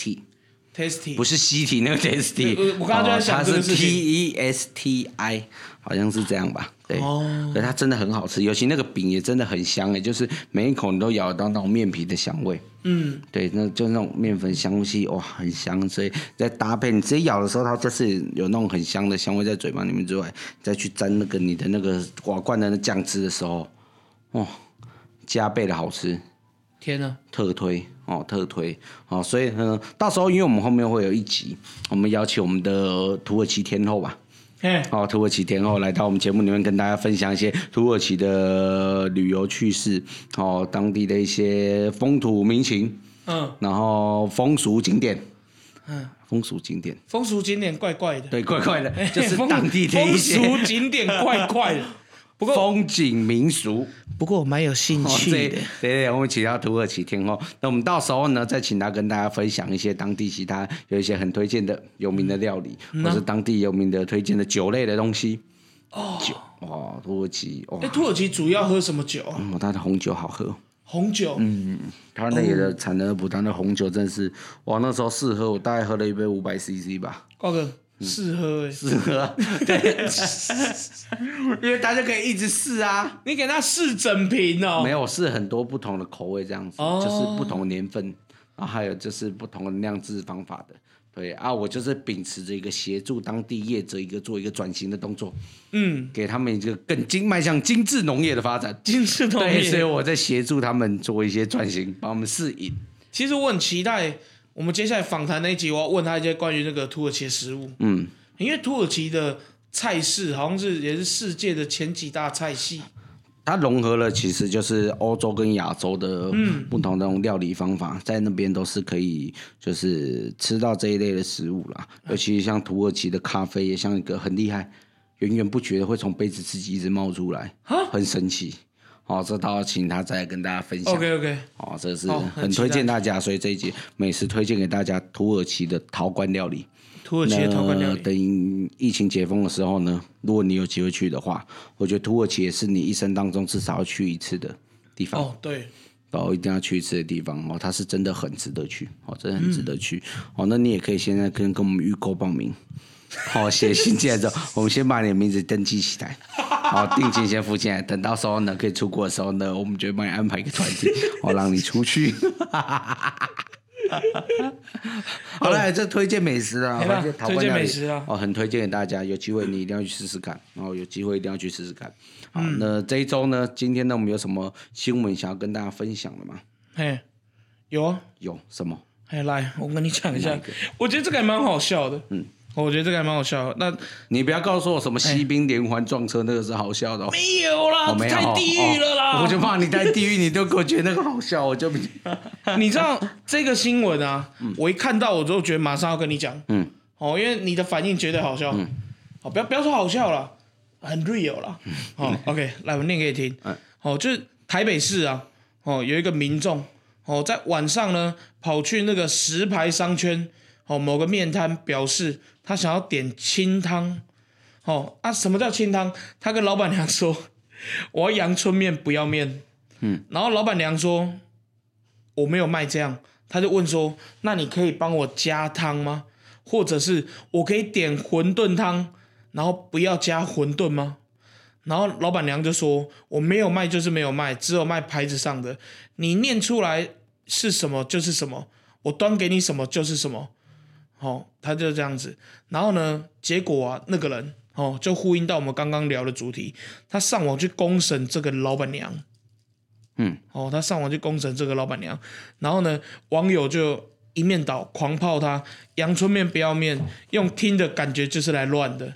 [SPEAKER 2] tasty， 不是西体那个 tasty。
[SPEAKER 1] 我刚刚就在想这个事情。
[SPEAKER 2] 它是 TESTI， 好像是这样吧？对，对，它真的很好吃，尤其那个饼也真的很香哎，就是每一口你都咬得到那种面皮的香味。对，那就那种面粉香气，哇，很香。所以再搭配你直接咬的时候，它就是有那种很香的香味在嘴巴里面之外，再去沾那个你的那个瓦罐的那酱汁的时候，哇，加倍的好吃。
[SPEAKER 1] 天哪，
[SPEAKER 2] 特推哦，所以呢，到时候因为我们后面会有一集，我们邀请我们的土耳其天后吧。土耳其天后来到我们节目里面跟大家分享一些土耳其的旅游趣事，当地的一些风土民情，然后风俗景点，风俗景点
[SPEAKER 1] 怪怪的，
[SPEAKER 2] 对，怪怪的，就是当地的一些
[SPEAKER 1] 风俗景点怪怪的，不过
[SPEAKER 2] 风景民俗。
[SPEAKER 1] 不过我蛮有兴趣的，
[SPEAKER 2] 对，我们请到土耳其天后，那我们到时候呢，再请他跟大家分享一些当地其他有一些很推荐的有名的料理，或是当地有名的推荐的酒类的东西。酒土耳其
[SPEAKER 1] 土耳其主要喝什么酒啊？
[SPEAKER 2] 它的红酒好喝。
[SPEAKER 1] 红酒，
[SPEAKER 2] 它那里的产能不丹的红酒真是，那时候试喝，我大概喝了一杯500cc 吧。
[SPEAKER 1] 瓜哥。试喝
[SPEAKER 2] 对，因为大家可以一直试啊。
[SPEAKER 1] 你给他试整瓶哦？
[SPEAKER 2] 没有，试很多不同的口味这样子，就是不同的年份，然后还有就是不同的酿制方法的。对啊，我就是秉持着一个协助当地业者做一个转型的动作，给他们一个更迈向精致农业的发展。
[SPEAKER 1] 精致农业，
[SPEAKER 2] 对，所以我在协助他们做一些转型，帮他们适应。
[SPEAKER 1] 其实我很期待。我们接下来访谈那一集，我要问他一些关于那个土耳其的食物。因为土耳其的菜式好像也是世界的前几大菜系。
[SPEAKER 2] 它融合了其实就是欧洲跟亚洲的不同的那种料理方法，在那边都是可以就是吃到这一类的食物啦。尤其像土耳其的咖啡也像一个很厉害，源源不绝的会从杯子自己一直冒出来，很神奇。这倒要请他再来跟大家分享。
[SPEAKER 1] OK，
[SPEAKER 2] 这是很推荐大家，所以这一集美食推荐给大家土耳其的陶罐料理。
[SPEAKER 1] 土耳其的陶罐料理。
[SPEAKER 2] 等疫情解封的时候呢，如果你有机会去的话，我觉得土耳其也是你一生当中至少要去一次的地方。
[SPEAKER 1] 对。
[SPEAKER 2] 一定要去一次的地方它是真的很值得去真的很值得去那你也可以现在跟我们预购报名。写信进来之后，我们先把你的名字登记起来，定金先付进来，等到时候呢可以出国的时候呢，我们就会帮你安排一个团体，让你出去。好了，这推荐美食啊，
[SPEAKER 1] 推荐美食啊，
[SPEAKER 2] 很推荐给大家，有机会你一定要去试试看，有机会一定要去试试看。好，那这一周呢，今天呢，我们有什么新闻想要跟大家分享的吗？
[SPEAKER 1] 有啊，
[SPEAKER 2] 有什么？
[SPEAKER 1] 来，我跟你讲一下，我觉得这个还蛮好笑的，我觉得这个还蛮好笑的。那
[SPEAKER 2] 你不要告诉我什么西滨连环撞车那个是好笑的
[SPEAKER 1] 没有啦，太地狱了啦！
[SPEAKER 2] 我就怕你太地狱，你都给我觉得那个好笑，我就
[SPEAKER 1] 你知道这个新闻啊，我一看到我就觉得马上要跟你讲，因为你的反应绝对好笑，不要说好笑了，很 real 啦。OK， 来我念给你听。就是台北市啊，有一个民众在晚上呢跑去那个石牌商圈某个面摊，表示他想要点清汤。什么叫清汤？他跟老板娘说：“我要阳春面，不要面。”然后老板娘说：“我没有卖这样， 他就问说：“那你可以帮我加汤吗？或者是我可以点馄饨汤，然后不要加馄饨吗？”然后老板娘就说：“我没有卖就是没有卖，只有卖牌子上的，你念出来是什么就是什么，我端给你什么就是什么。”他就这样子。然后呢，结果啊，那个人就呼应到我们刚刚聊的主题，他上网去公审这个老板娘。他上网去公审这个老板娘，然后呢，网友就一面倒狂炮他，阳春面不要面，用听的感觉就是来乱的。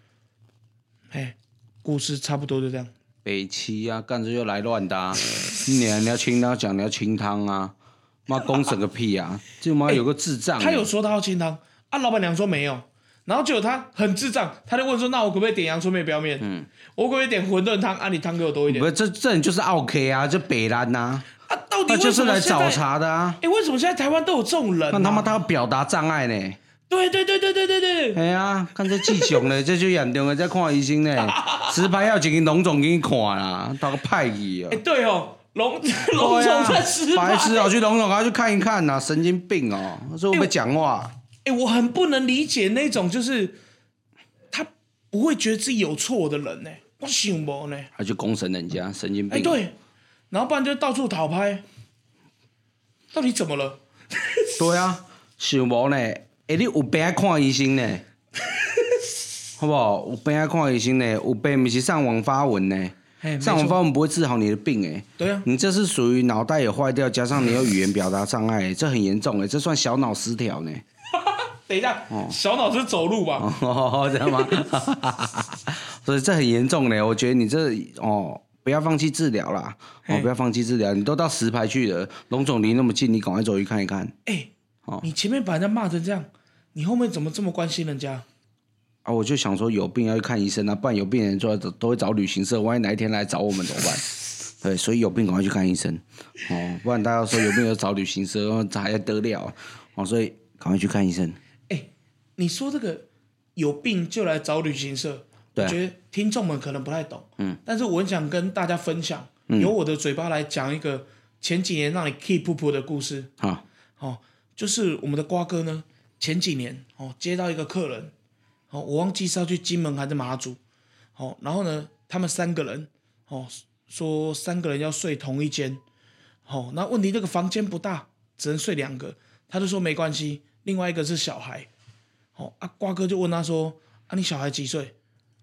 [SPEAKER 1] 故事差不多就这样。
[SPEAKER 2] 北七啊，干这就来乱的啊！你要清汤讲你要清汤啊，妈公审个屁啊！就妈有个智障、
[SPEAKER 1] 他有说他要清汤啊，老板娘说没有，然后结果他很智障，他就问说：“那我可不可以点阳春面不要面？我可不可以点馄饨汤啊？你汤给我多一点。”
[SPEAKER 2] 不是，这人就是 OK 啊，就北兰呐。
[SPEAKER 1] 到底为什么
[SPEAKER 2] 就是来找茬的啊！
[SPEAKER 1] 为什么现在台湾都有这种人？
[SPEAKER 2] 那他要表达障碍呢？
[SPEAKER 1] 对。
[SPEAKER 2] 哎呀，看这智障嘞，这就严重的在看医生呢。石牌要一个龙总给你看啦，当个派去哦。
[SPEAKER 1] 对哦，龙总在石牌。
[SPEAKER 2] 白痴哦，去龙总赶快去看一看呐，神经病哦！说会不会讲话？
[SPEAKER 1] 我很不能理解那种就是他不会觉得自己有错的人呢，我想不呢。
[SPEAKER 2] 他去公审人家，神经病。
[SPEAKER 1] 对，然后不然就到处讨拍，到底怎么了？
[SPEAKER 2] 对啊，想无呢。你有病爱看医生呢，好不好？有病爱看医生呢，有病不是上网发文呢。上网发文不会治好你的病哎。
[SPEAKER 1] 对啊，
[SPEAKER 2] 你这是属于脑袋也坏掉，加上你有语言表达障碍，这很严重哎，这算小脑失调呢。
[SPEAKER 1] 等一下，小脑是走路吧？
[SPEAKER 2] 这样吗？所以这很严重呢。我觉得你这不要放弃治疗啦，不要放弃治疗。你都到石牌去了，龙总离那么近，你赶快走去看一看。
[SPEAKER 1] 你前面把人家骂成这样，你后面怎么这么关心人家？
[SPEAKER 2] 啊，我就想说有病要去看医生啊，不然有病人都会找旅行社，万一哪一天来找我们怎么办？对，所以有病赶快去看医生不然大家说有病就找旅行社，还得了所以赶快去看医生。
[SPEAKER 1] 你说这个有病就来找旅行社，我觉得听众们可能不太懂，但是我很想跟大家分享，由我的嘴巴来讲一个前几年让你 keep 噗噗的故事。就是我们的瓜哥呢，前几年接到一个客人，我忘记是要去金门还是马祖，然后呢，他们3个人，说3个人要睡同一间，那问题这个房间不大，只能睡2个，他就说没关系，另外一个是小孩，瓜哥就问他说：“你小孩几岁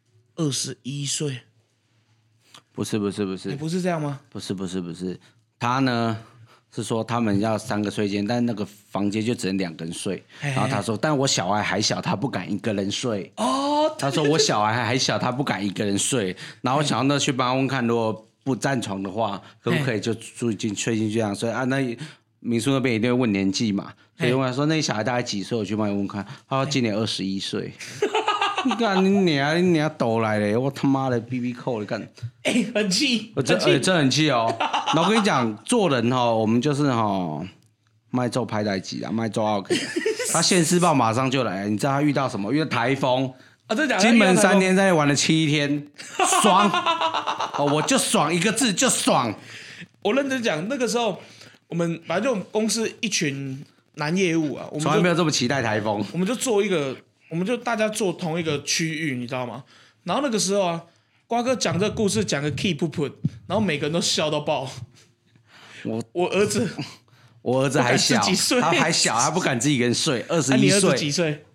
[SPEAKER 1] ？”21岁。
[SPEAKER 2] 不是，
[SPEAKER 1] 不是这样吗？
[SPEAKER 2] 不是，他呢？是说他们要3个睡间，但那个房间就只能2个人睡。然后他说：“但我小孩还小，他不敢一个人睡。”他说：“我小孩还小，他不敢一个人睡。”然后我想要去帮他问看，如果不占床的话，可不可以就睡进去这样睡啊？那民宿那边一定会问年纪嘛，所以问他说：“那你小孩大概几岁？”我去帮你问看，他说：“今年21岁。”你看你娘抖来嘞！我他妈的 BB 扣你看，
[SPEAKER 1] 很气，
[SPEAKER 2] 这很气哦。然后我跟你讲，做人我们就是卖做拍代机啊，卖做 OK。他现世报马上就来，你知道他遇到什么？遇到台风金门3天3夜玩了7天，爽我就爽一个字，就爽。
[SPEAKER 1] 我认真讲，那个时候我们反正就公司一群男业务啊，我们
[SPEAKER 2] 从来没有这么期待台风。
[SPEAKER 1] 我们就做一个。我们就大家坐同一个区域，你知道吗？然后那个时候啊，瓜哥讲这个故事讲个 keep put， 然后每个人都笑到爆。我儿子还小，他还小，他不敢自己一个人睡。21岁，你儿子几岁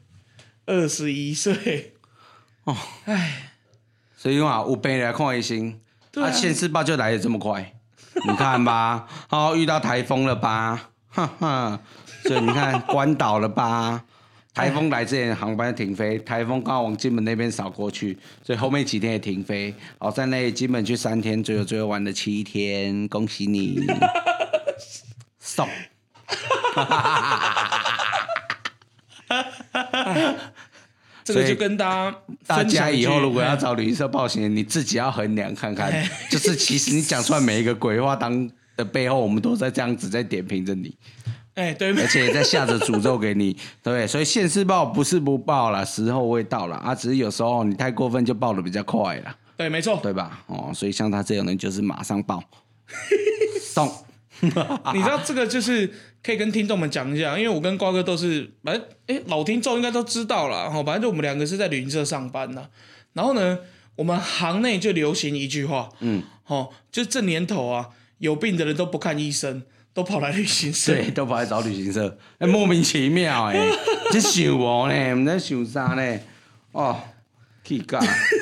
[SPEAKER 1] ？21岁。
[SPEAKER 2] 所以有病来看医生，他现世报就来得这么快，你看吧，遇到台风了吧，所以你看关岛了吧。台风来之前航班停飞，台风刚好往金门那边扫过去，所以后面几天也停飞。在那金门去3天，最后玩了7天，恭喜你！送。
[SPEAKER 1] 这个就跟大
[SPEAKER 2] 家以后如果要找旅行社报险，你自己要衡量看看，就是其实你讲出来每一个鬼话的背后，我们都在这样子在点评着你。
[SPEAKER 1] 对，
[SPEAKER 2] 而且在下着诅咒给你，对不对？所以现世报不是不报啦，时候未到啦只是有时候你太过分就报的比较快啦。
[SPEAKER 1] 对，没错，
[SPEAKER 2] 对吧？所以像他这种人就是马上报送。
[SPEAKER 1] 你知道这个就是可以跟听众们讲一下，因为我跟瓜哥都是，反正老听众应该都知道了，反正就我们两个是在旅行社上班的。然后呢，我们行内就流行一句话，就这年头啊，有病的人都不看医生，都跑来旅行社，
[SPEAKER 2] 对，都跑来找旅行社，莫名其妙这想我呢，唔知想啥呢？哦，气尬。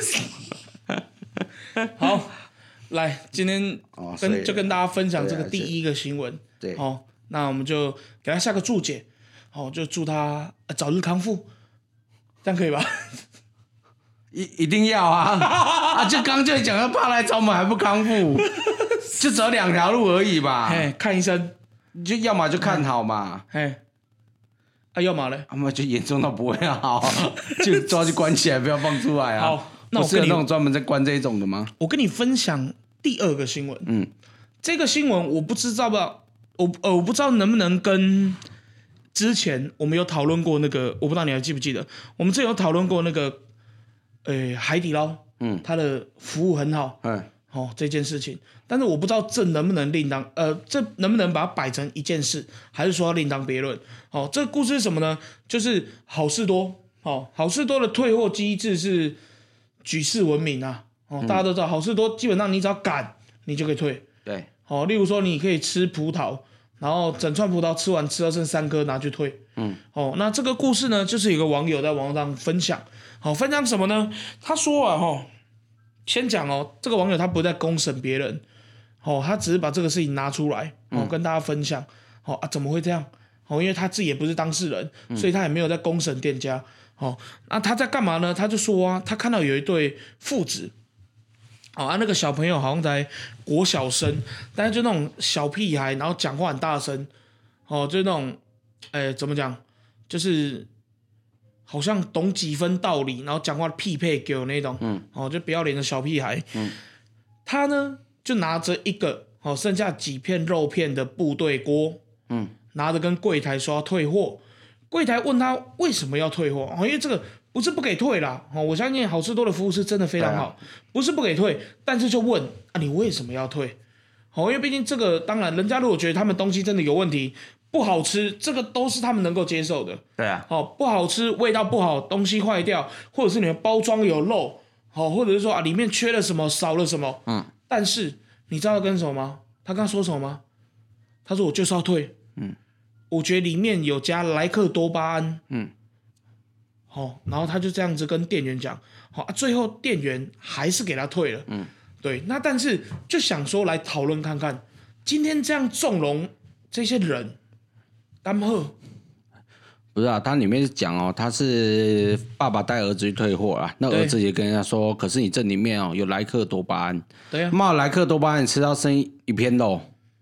[SPEAKER 1] 好，来，今天就跟大家分享这个第一个新闻。
[SPEAKER 2] 对，
[SPEAKER 1] 那我们就给他下个注解，就祝他早日康复，这样可以吧？
[SPEAKER 2] 一定要啊！就刚就讲要怕来找我们还不康复，就走2条路而已吧。
[SPEAKER 1] 看医生，
[SPEAKER 2] 就要么就看好嘛。
[SPEAKER 1] 要么嘞？
[SPEAKER 2] 要么就严重到不会好，就抓去关起来，不要放出来啊。
[SPEAKER 1] 好，那
[SPEAKER 2] 不是有那种专门在关这一种的吗？
[SPEAKER 1] 我跟你分享第二个新闻。这个新闻我不知道我不知道能不能跟之前我们有讨论过那个，我不知道你还记不记得，我们之前有讨论过那个。海底捞，它的服务很好，这件事情，但是我不知道这能不能这能不能把它摆成一件事，还是说要另当别论？这个故事是什么呢？就是好事多，好事多的退货机制是举世闻名啊，大家都知道，好事多基本上你只要赶，你就可以退，
[SPEAKER 2] 对，
[SPEAKER 1] 例如说你可以吃葡萄，然后整串葡萄吃完吃到剩3颗拿去退，那这个故事呢，就是有个网友在网络上分享。分享什么呢？他说啊，先讲这个网友他不是在公审别人，他只是把这个事情拿出来，跟大家分享，怎么会这样？因为他自己也不是当事人，所以他也没有在公审店家，那他在干嘛呢？他就说啊，他看到有一对父子，那个小朋友好像在国小生，但是就那种小屁孩，然后讲话很大声，就那种，怎么讲，就是。好像懂几分道理，然后讲话匹配给我那种，就不要脸的小屁孩。他呢就拿着一个剩下几片肉片的部队锅，拿着跟柜台说要退货。柜台问他为什么要退货，因为这个不是不给退啦，我相信好事多的服务是真的非常好，不是不给退，但是就问你为什么要退？因为毕竟这个当然人家如果觉得他们东西真的有问题。不好吃，这个都是他们能够接受的。
[SPEAKER 2] 对啊，
[SPEAKER 1] 不好吃，味道不好，东西坏掉，或者是你的包装有漏，或者是说里面缺了什么，少了什么。但是你知道他跟什么吗？他刚说什么吗？他说我就是要退。我觉得里面有加莱克多巴胺。然后他就这样子跟店员讲，最后店员还是给他退了。对，那但是就想说来讨论看看，今天这样纵容这些人。
[SPEAKER 2] 不是啊，他里面是讲他是爸爸带儿子去退货啦，那儿子也跟人家说，可是你这里面有莱克多巴胺，
[SPEAKER 1] 对啊，
[SPEAKER 2] 莱克多巴胺吃到剩一片肉，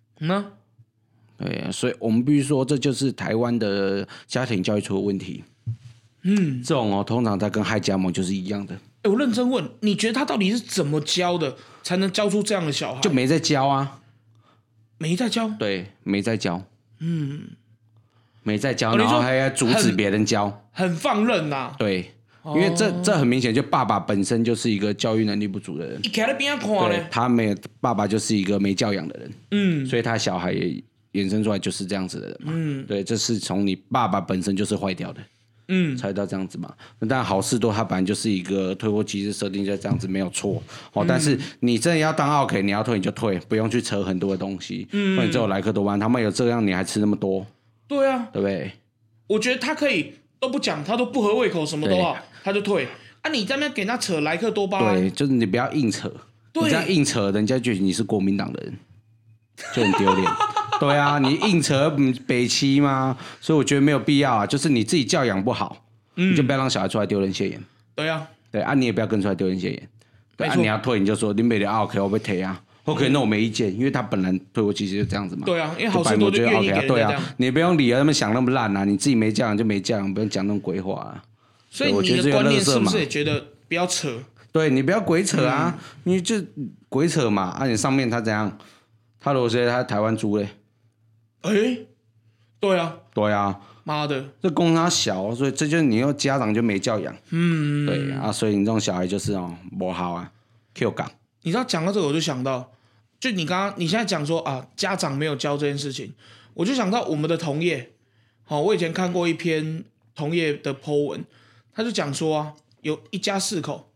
[SPEAKER 2] 对，所以我们必须说，这就是台湾的家庭教育出的问题。这种通常在跟害家盟就是一样的。
[SPEAKER 1] 我认真问，你觉得他到底是怎么教的，才能教出这样的小孩？
[SPEAKER 2] 就没在教啊，
[SPEAKER 1] 没在教，
[SPEAKER 2] 对，没在教，没在教，然后还要阻止别人教，
[SPEAKER 1] 很放任呐。
[SPEAKER 2] 对，因为这很明显，就爸爸本身就是一个教育能力不足的人。
[SPEAKER 1] 一看在边看
[SPEAKER 2] 对，他没爸爸就是一个没教养的人，所以他小孩也衍生出来就是这样子的人嘛。对，这是从你爸爸本身就是坏掉的，才到这样子嘛。但好事多他本来就是一个退货机制设定就这样子没有错但是你真的要当OK，你要退你就退，不用去扯很多的东西。不然只有莱克多巴胺，他们有这样你还吃那么多。
[SPEAKER 1] 对啊，
[SPEAKER 2] 对不对？
[SPEAKER 1] 我觉得他可以都不讲，他都不合胃口，什么都好，他就退。你在那边给他扯莱克多巴胺，
[SPEAKER 2] 对，就是你不要硬扯，你这样硬扯，人家觉得你是国民党的人，就很丢脸。对啊，你硬扯北七吗？所以我觉得没有必要啊，就是你自己教养不好，你就不要让小孩出来丢人现眼。
[SPEAKER 1] 对啊，
[SPEAKER 2] 对你也不要跟出来丢人现眼。对你要退你就说你没得OK， 我被退啊。OK， 那我没意见，因为他本来退货其实就这样子嘛。
[SPEAKER 1] 对啊，因为好事多就愿意给人家这样。
[SPEAKER 2] 你不用理他们想那么烂啊，你自己没教养就没教养，不用讲那种鬼话啊。
[SPEAKER 1] 所以你的观念是不是也觉得不要扯？
[SPEAKER 2] 对你不要鬼扯啊，你就鬼扯嘛。你上面他怎样？他如果是他台湾猪嘞？对啊。
[SPEAKER 1] 妈的，
[SPEAKER 2] 这公他小，所以这就是你又家长就没教养。对啊，所以你这种小孩就是不好啊 ，Q 港。
[SPEAKER 1] 你知道讲到这个，我就想到， 就你现在讲说啊，家长没有教这件事情，我就想到我们的同业。我以前看过一篇同业的 po 文，他就讲说啊，有一家4口，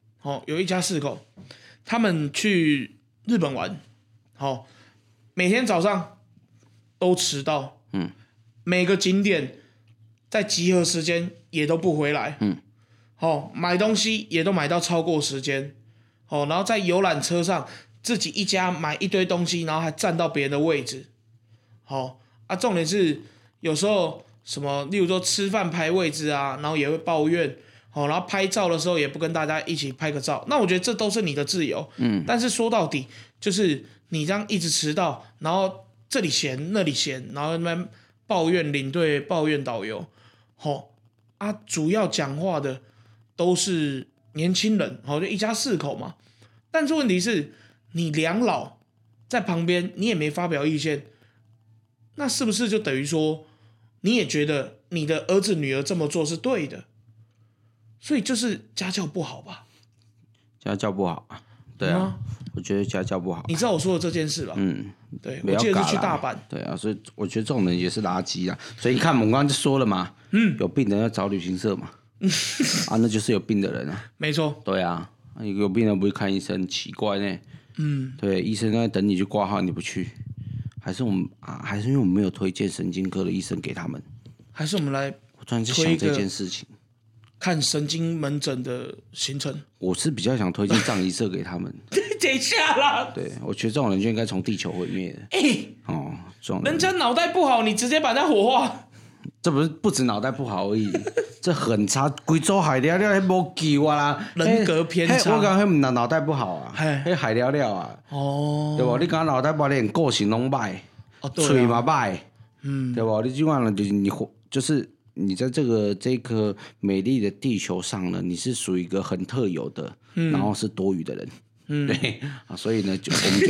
[SPEAKER 1] 他们去日本玩，每天早上都迟到，每个景点在集合时间也都不回来，买东西也都买到超过时间，然后在游览车上自己一家买一堆东西，然后还占到别人的位置，重点是有时候什么，例如说吃饭排位置啊，然后也会抱怨，然后拍照的时候也不跟大家一起拍个照，那我觉得这都是你的自由，但是说到底就是你这样一直迟到，然后这里嫌那里嫌，然后那边抱怨领队抱怨导游，主要讲话的都是年轻人，就一家4口嘛，但是问题是你两老在旁边你也没发表意见，那是不是就等于说你也觉得你的儿子女儿这么做是对的？所以就是家教不好吧？
[SPEAKER 2] 家教不好，对啊，我觉得家教不好。
[SPEAKER 1] 你知道我说的这件事吧？对，我记得是去大阪。
[SPEAKER 2] 对啊，所以我觉得这种人也是垃圾啊。所以你看，我们刚刚就说了嘛，有病的要找旅行社嘛，那就是有病的人啊。
[SPEAKER 1] 没错。
[SPEAKER 2] 对啊，有病人不去看医生，奇怪呢。对，医生在等你去挂号，你不去。还是因为我们没有推荐神经科的医生给他们，
[SPEAKER 1] 还是我们来
[SPEAKER 2] 我突然就想这件事情，
[SPEAKER 1] 看神经门诊的行程。
[SPEAKER 2] 我是比较想推荐葬仪社给他们。
[SPEAKER 1] 等一下啦，
[SPEAKER 2] 对，我觉得这种人就应该从地球毁灭的。这种
[SPEAKER 1] 人家脑袋不好，你直接把他火化，
[SPEAKER 2] 这不止脑袋不好而已，这很差，贵州海了了没救啊啦，
[SPEAKER 1] 人格偏差。
[SPEAKER 2] 我讲那脑袋不好啊，那海了了啊，对吧？你讲脑袋不好，连个性拢歹，嘴嘛歹，对吧？你这样呢，就是你在这颗美丽的地球上呢，你是属于一个很特有的，然后是多余的人。对所以呢，我们就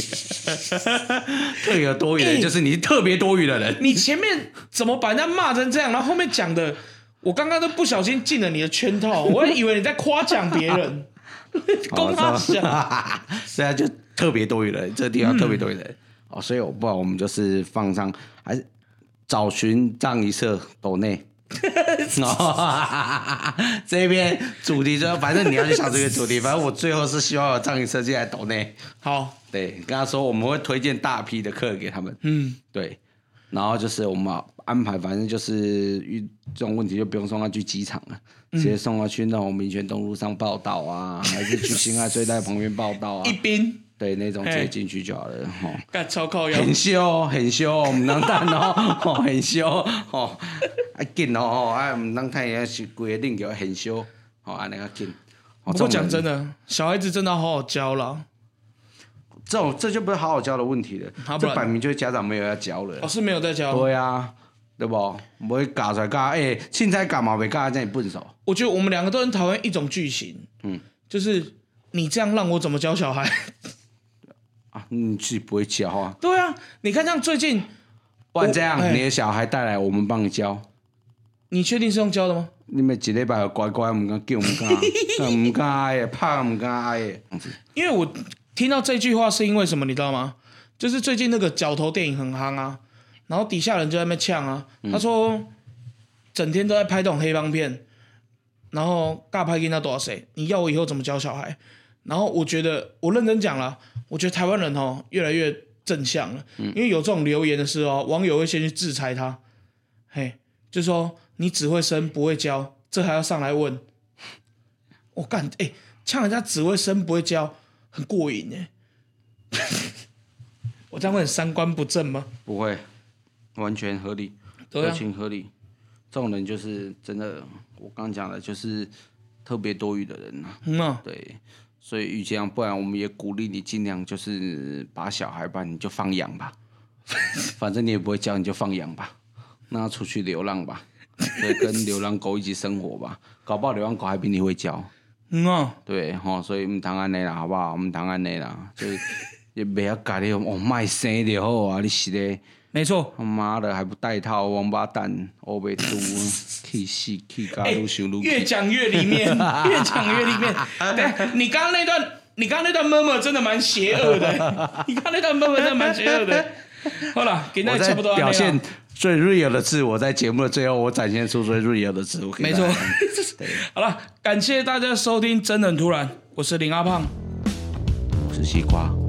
[SPEAKER 2] 特有多余的人，就是你特别多余的人。
[SPEAKER 1] 你前面怎么把人家骂成这样，然后后面讲的，我刚刚都不小心进了你的圈套，我还以为你在夸奖别人，公他想，
[SPEAKER 2] 所以就特别多余的人，这个地方特别多余的人。所以我不知道，我们就是放上，还是找寻葬仪社斗内。这边主题就反正你要去想这个主题，反正我最后是希望有葬仪社进来斗内。
[SPEAKER 1] 好，
[SPEAKER 2] 对，跟他说我们会推荐大批的课给他们。对，然后就是我们安排，反正就是这种问题就不用送他去机场了，直接送他去那种民权东路上报道啊，还是去辛亥隧道旁边报道啊，
[SPEAKER 1] 一边。
[SPEAKER 2] 对，那种直接进去就好了。
[SPEAKER 1] 干超靠腰，
[SPEAKER 2] 很羞，唔能等很羞紧唔能太也是规个领叫很羞安尼较紧。
[SPEAKER 1] 不过讲真的，小孩子真的要好好教啦。
[SPEAKER 2] 这就不是好好教的问题了，这摆明就是家长没有要教了。
[SPEAKER 1] 是没有在教。
[SPEAKER 2] 对啊，对不？不会教出来教，凊彩教嘛袂教，这样笨手。
[SPEAKER 1] 我觉得我们两个都很讨厌一种句型，就是你这样让我怎么教小孩？
[SPEAKER 2] 你自己不会教啊？
[SPEAKER 1] 对啊，你看像最近，
[SPEAKER 2] 不然这样，你的小孩带来，我们帮你教。
[SPEAKER 1] 你确定是用教的吗？
[SPEAKER 2] 你们一礼拜乖乖，唔敢叫，唔敢爱，拍唔敢爱。
[SPEAKER 1] 因为我听到这句话是因为什么，你知道吗？就是最近那个角头电影很夯啊，然后底下人就在那边呛啊，他说整天都在拍这种黑帮片，然后尬拍给他多少谁？你要我以后怎么教小孩？然后我觉得，我认真讲啦，我觉得台湾人越来越正向了，因为有这种留言的时候，网友会先去制裁他，就说你只会生不会教，这还要上来问，我干呛人家只会生不会教，很过瘾我这样会很三观不正吗？
[SPEAKER 2] 不会，完全合理，合情合理。这种人就是真的，我刚讲的就是特别多余的人啊。对。所以，与其这样，不然我们也鼓励你尽量就是把小孩吧，你就放养吧，反正你也不会教，你就放养吧，让他出去流浪吧，对，跟流浪狗一起生活吧，搞不好流浪狗还比你会教。对所以唔通安尼啦，好不好？唔通安尼啦，就是也不要家己卖生就好啊，你是咧。
[SPEAKER 1] 没错，
[SPEAKER 2] 他妈的还不带套，王八蛋，欧北都气死，气嘎都修路。
[SPEAKER 1] 越讲越里面，越讲越里面。对，你刚刚那段你刚刚那段 murmur 真的蛮邪恶的，你刚刚那段 murmur 真的蛮邪恶的。好了，给那差不多
[SPEAKER 2] 表现最 real 的自我，在节目的最后，我展现出最 real 的自我。
[SPEAKER 1] 没错。好了，感谢大家收听《真的很突然》，我是林阿胖，
[SPEAKER 2] 我是西瓜。